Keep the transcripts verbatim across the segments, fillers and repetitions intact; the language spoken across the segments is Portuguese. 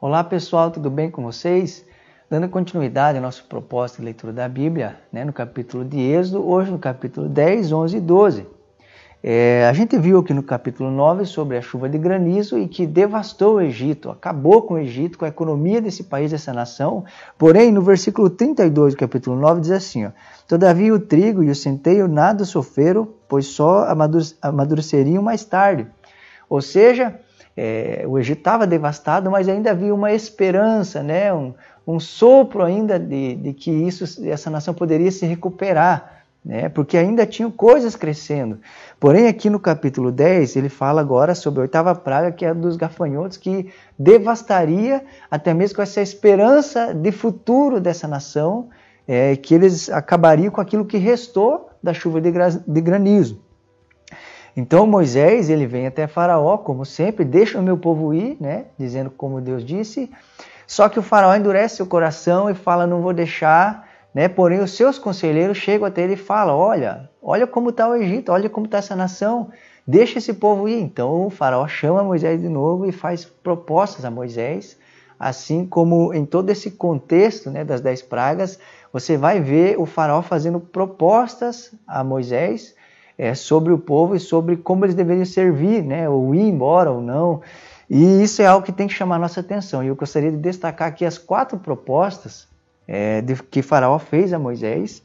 Olá pessoal, tudo bem com vocês? Dando continuidade ao nosso propósito de leitura da Bíblia, né, no capítulo de Êxodo, hoje no capítulo dez, onze e doze. É, a gente viu aqui no capítulo nove sobre a chuva de granizo e que devastou o Egito, acabou com o Egito, com a economia desse país, dessa nação. Porém, no versículo trinta e dois do capítulo nove diz assim, ó, todavia o trigo e o centeio nada sofreram, pois só amadureceriam mais tarde. Ou seja, é, o Egito estava devastado, mas ainda havia uma esperança, né? um, um sopro ainda de, de que isso, essa nação poderia se recuperar. Né, porque ainda tinham coisas crescendo. Porém, aqui no capítulo dez, ele fala agora sobre a oitava praga, que é a dos gafanhotos, que devastaria, até mesmo com essa esperança de futuro dessa nação, é, que eles acabariam com aquilo que restou da chuva de, gra de granizo. Então Moisés, ele vem até Faraó, como sempre, deixa o meu povo ir, né, dizendo como Deus disse, só que o Faraó endurece seu coração e fala, não vou deixar. Né? Porém, os seus conselheiros chegam até ele e falam, olha, olha como está o Egito, olha como está essa nação, deixa esse povo ir. Então o faraó chama Moisés de novo e faz propostas a Moisés, assim como em todo esse contexto, né, das dez pragas, você vai ver o faraó fazendo propostas a Moisés é, sobre o povo e sobre como eles deveriam servir, né, ou ir embora ou não. E isso é algo que tem que chamar a nossa atenção. E eu gostaria de destacar aqui as quatro propostas É, de, que Faraó fez a Moisés,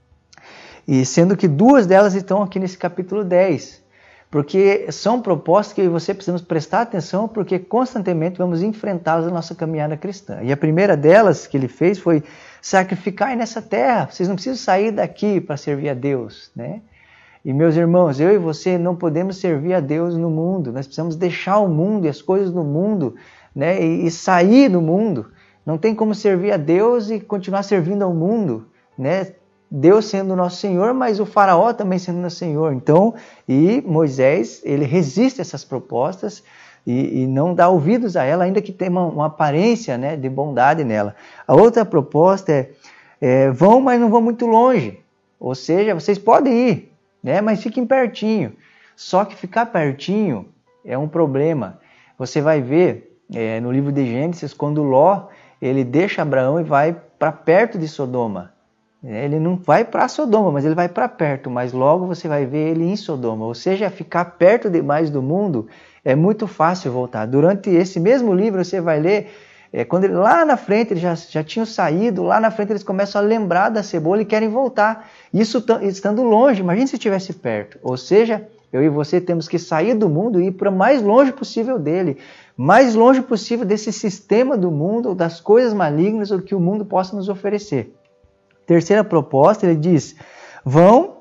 e sendo que duas delas estão aqui nesse capítulo dez, porque são propostas que eu e você precisamos prestar atenção, porque constantemente vamos enfrentá-las na nossa caminhada cristã. E a primeira delas que ele fez foi sacrificar nessa terra, vocês não precisam sair daqui para servir a Deus, né? E meus irmãos, eu e você não podemos servir a Deus no mundo, nós precisamos deixar o mundo e as coisas do mundo, né, e, e sair do mundo. Não tem como servir a Deus e continuar servindo ao mundo, né? Deus sendo o nosso Senhor, mas o faraó também sendo nosso Senhor. Então, e Moisés, ele resiste a essas propostas e, e não dá ouvidos a ela, ainda que tenha uma, uma aparência, né, de bondade nela. A outra proposta é, é, vão, mas não vão muito longe. Ou seja, vocês podem ir, né, mas fiquem pertinho. Só que ficar pertinho é um problema. Você vai ver é, no livro de Gênesis, quando Ló, ele deixa Abraão e vai para perto de Sodoma. Ele não vai para Sodoma, mas ele vai para perto, mas logo você vai ver ele em Sodoma. Ou seja, ficar perto demais do mundo é muito fácil voltar. Durante esse mesmo livro você vai ler, é, quando ele, lá na frente eles já, já tinham saído, lá na frente eles começam a lembrar da cebola e querem voltar. Isso estando longe, imagine se estivesse perto. Ou seja, eu e você temos que sair do mundo e ir para o mais longe possível dele. Mais longe possível desse sistema do mundo, das coisas malignas, ou que o mundo possa nos oferecer. Terceira proposta, ele diz, vão,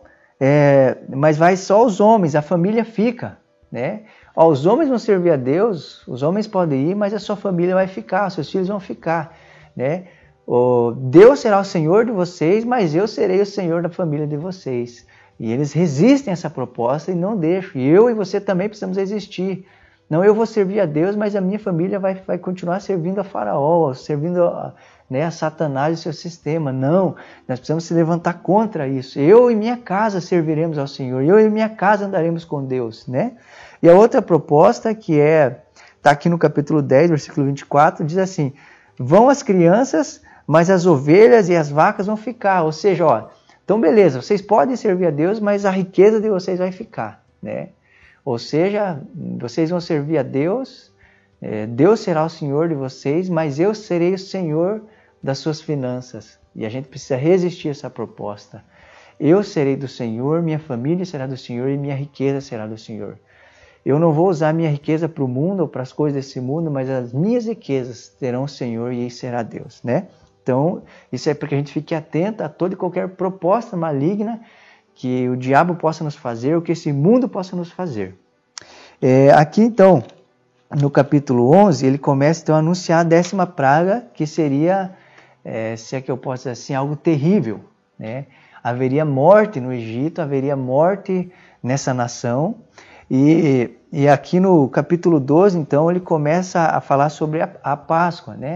é, mas vai só os homens, a família fica. Né? Ó, os homens vão servir a Deus, os homens podem ir, mas a sua família vai ficar, os seus filhos vão ficar. Né? O, Deus será o Senhor de vocês, mas eu serei o Senhor da família de vocês. E eles resistem a essa proposta e não deixam. E eu e você também precisamos resistir. Não, eu vou servir a Deus, mas a minha família vai, vai continuar servindo a Faraó, servindo a, né, a Satanás e seu sistema. Não, nós precisamos se levantar contra isso. Eu e minha casa serviremos ao Senhor, eu e minha casa andaremos com Deus. Né? E a outra proposta, que é, está aqui no capítulo dez, versículo vinte e quatro, diz assim, vão as crianças, mas as ovelhas e as vacas vão ficar. Ou seja, ó, então beleza, vocês podem servir a Deus, mas a riqueza de vocês vai ficar. Né? Ou seja, vocês vão servir a Deus, Deus será o Senhor de vocês, mas eu serei o Senhor das suas finanças. E a gente precisa resistir a essa proposta. Eu serei do Senhor, minha família será do Senhor e minha riqueza será do Senhor. Eu não vou usar minha riqueza para o mundo ou para as coisas desse mundo, mas as minhas riquezas terão o Senhor e será Deus. Né? Então, isso é para que a gente fique atento a toda e qualquer proposta maligna que o diabo possa nos fazer, ou que esse mundo possa nos fazer. É, aqui então, no capítulo onze, ele começa então a anunciar a décima praga, que seria, é, se é que eu posso dizer assim, algo terrível. Né? Haveria morte no Egito, haveria morte nessa nação, e, e aqui no capítulo doze, então, ele começa a falar sobre a, a Páscoa, né?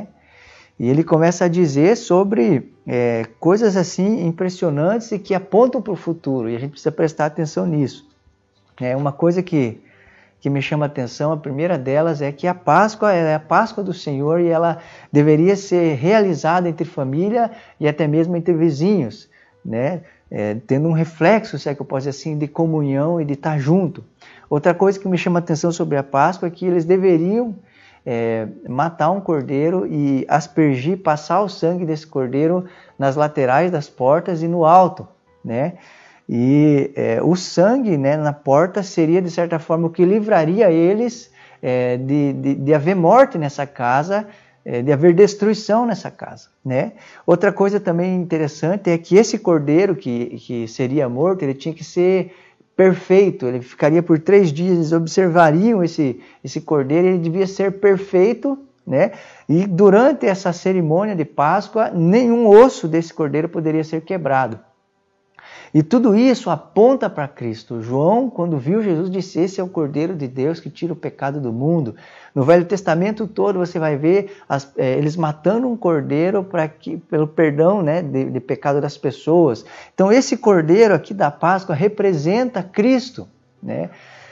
E ele começa a dizer sobre é, coisas assim impressionantes e que apontam para o futuro. E a gente precisa prestar atenção nisso. É uma coisa que, que que me chama a atenção. A primeira delas é que a Páscoa é a Páscoa do Senhor e ela deveria ser realizada entre família e até mesmo entre vizinhos, né? É, tendo um reflexo, se é que eu posso dizer assim, de comunhão e de estar junto. Outra coisa que me chama a atenção sobre a Páscoa é que eles deveriam é, matar um cordeiro e aspergir, passar o sangue desse cordeiro nas laterais das portas e no alto, né? E é, o sangue, né, na porta seria, de certa forma, o que livraria eles é, de, de, de haver morte nessa casa, é, de haver destruição nessa casa, né? Outra coisa também interessante é que esse cordeiro que, que seria morto, ele tinha que ser perfeito, ele ficaria por três dias, eles observariam esse, esse cordeiro, ele devia ser perfeito, né? E durante essa cerimônia de Páscoa, nenhum osso desse cordeiro poderia ser quebrado. E tudo isso aponta para Cristo. João, quando viu Jesus, disse: esse é o Cordeiro de Deus que tira o pecado do mundo. No Velho Testamento todo você vai ver as, é, eles matando um cordeiro para que, pelo perdão, né, de, de pecado das pessoas. Então esse cordeiro aqui da Páscoa representa Cristo, né?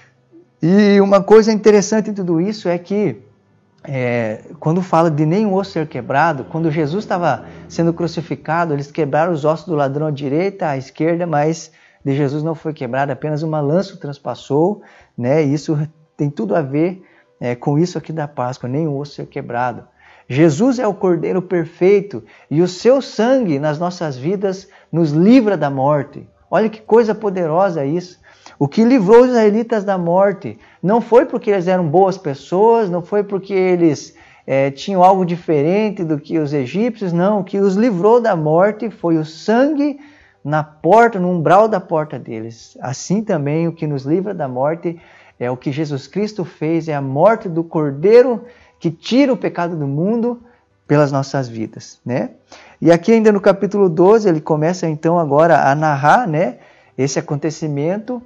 E uma coisa interessante em tudo isso é que É, quando fala de nenhum osso ser quebrado, quando Jesus estava sendo crucificado, eles quebraram os ossos do ladrão à direita, à esquerda, mas de Jesus não foi quebrado, apenas uma lança o transpassou, né? E isso tem tudo a ver é, com isso aqui da Páscoa, nenhum osso ser quebrado. Jesus é o Cordeiro perfeito e o seu sangue nas nossas vidas nos livra da morte. Olha que coisa poderosa isso. O que livrou os israelitas da morte não foi porque eles eram boas pessoas, não foi porque eles é, tinham algo diferente do que os egípcios, não. O que os livrou da morte foi o sangue na porta, no umbral da porta deles. Assim também o que nos livra da morte é o que Jesus Cristo fez, é a morte do Cordeiro que tira o pecado do mundo pelas nossas vidas, né? E aqui ainda no capítulo doze ele começa então agora a narrar, né, esse acontecimento.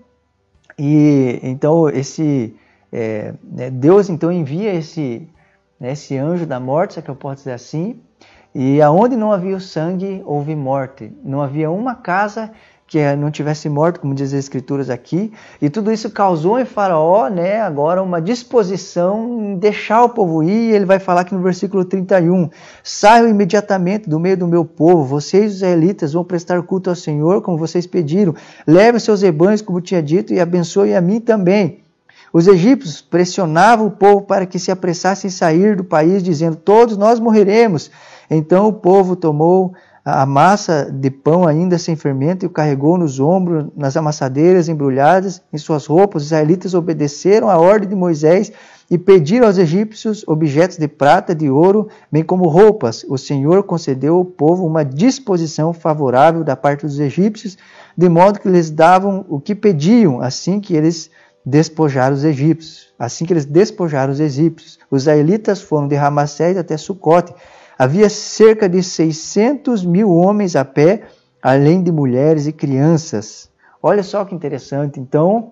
E então esse, é, né, Deus então envia esse, né, esse anjo da morte, se é que eu posso dizer assim, e aonde não havia o sangue, houve morte. Não havia uma casa que não tivesse morto, como diz as Escrituras aqui, e tudo isso causou em Faraó, né, agora uma disposição em deixar o povo ir, e ele vai falar aqui no versículo trinta e um, saiam imediatamente do meio do meu povo, vocês os israelitas vão prestar culto ao Senhor, como vocês pediram, levem os seus rebanhos, como tinha dito, e abençoe a mim também. Os egípcios pressionavam o povo para que se apressassem em sair do país, dizendo, todos nós morreremos. Então o povo tomou a massa de pão ainda sem fermento e o carregou nos ombros, nas amassadeiras embrulhadas em suas roupas. Os israelitas obedeceram à ordem de Moisés e pediram aos egípcios objetos de prata, de ouro, bem como roupas. O Senhor concedeu ao povo uma disposição favorável da parte dos egípcios, de modo que lhes davam o que pediam, assim que eles despojaram os egípcios. Assim que eles despojaram os egípcios. Os israelitas foram de Ramassés até Sucote. Havia cerca de seiscentos mil homens a pé, além de mulheres e crianças. Olha só que interessante. Então,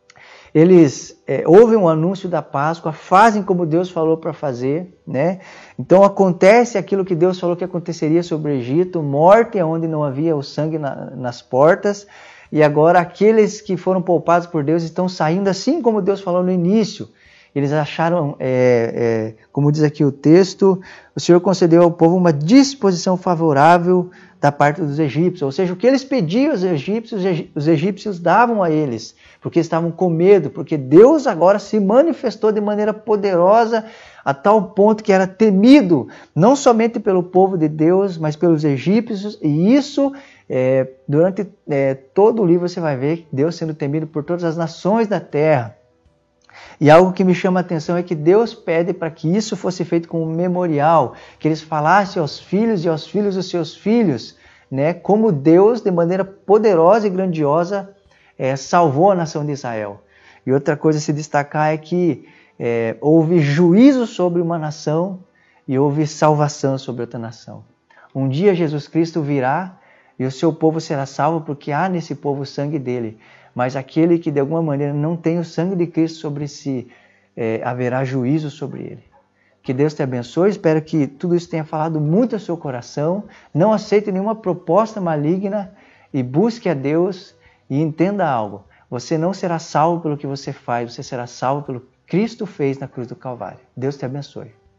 eles é, ouvem um anúncio da Páscoa, fazem como Deus falou para fazer, né? Então, acontece aquilo que Deus falou que aconteceria sobre o Egito, morte onde não havia o sangue na, nas portas, e agora aqueles que foram poupados por Deus estão saindo assim como Deus falou no início. Eles acharam, é, é, como diz aqui o texto, o Senhor concedeu ao povo uma disposição favorável da parte dos egípcios. Ou seja, o que eles pediam aos egípcios, os egípcios davam a eles, porque estavam com medo, porque Deus agora se manifestou de maneira poderosa, a tal ponto que era temido, não somente pelo povo de Deus, mas pelos egípcios, e isso, é, durante é, todo o livro você vai ver Deus sendo temido por todas as nações da terra. E algo que me chama a atenção é que Deus pede para que isso fosse feito como um memorial, que eles falassem aos filhos e aos filhos dos seus filhos, né, como Deus, de maneira poderosa e grandiosa, é, salvou a nação de Israel. E outra coisa a se destacar é que é, houve juízo sobre uma nação e houve salvação sobre outra nação. Um dia Jesus Cristo virá e o seu povo será salvo porque há nesse povo o sangue dele. Mas aquele que de alguma maneira não tem o sangue de Cristo sobre si, é, haverá juízo sobre ele. Que Deus te abençoe, espero que tudo isso tenha falado muito ao seu coração. Não aceite nenhuma proposta maligna e busque a Deus e entenda algo. Você não será salvo pelo que você faz, você será salvo pelo que Cristo fez na cruz do Calvário. Deus te abençoe.